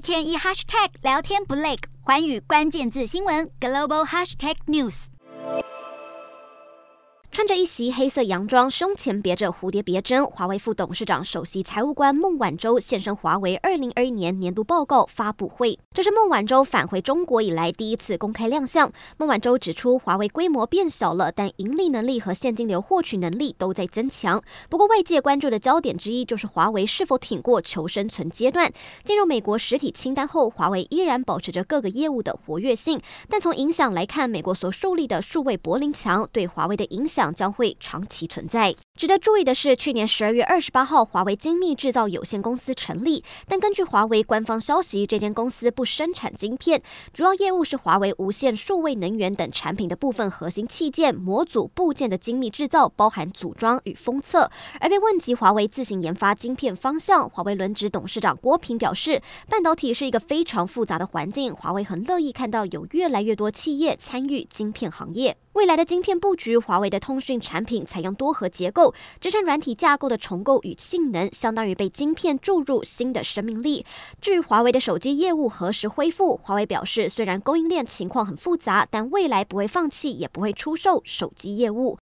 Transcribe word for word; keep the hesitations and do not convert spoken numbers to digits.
天一 hashtag 聊天不累，寰宇关键字新闻 global hashtag news。 穿着一袭黑色洋装，胸前别着蝴蝶别针，华为副董事长、首席财务官孟晚舟现身华为二零二一年年度报告发布会。这是孟晚舟返回中国以来第一次公开亮相。孟晚舟指出，华为规模变小了，但盈利能力和现金流获取能力都在增强。不过，外界关注的焦点之一就是华为是否挺过求生存阶段。进入美国实体清单后，华为依然保持着各个业务的活跃性，但从影响来看，美国所树立的数位柏林墙对华为的影响将会长期存在。值得注意的是，去年十二月二十八号，华为精密制造有限公司成立，但根据华为官方消息，这间公司不生产晶片，主要业务是华为无线数位能源等产品的部分核心器件、模组、部件的精密制造，包含组装与封测。而被问及华为自行研发晶片方向，华为轮值董事长郭平表示，半导体是一个非常复杂的环境，华为很乐意看到有越来越多企业参与晶片行业。未来的晶片布局，华为的通讯产品采用多核结构，支撑软体架构的重构与性能，相当于被晶片注入新的生命力。至于华为的手机业务何时恢复，华为表示，虽然供应链情况很复杂，但未来不会放弃，也不会出售手机业务。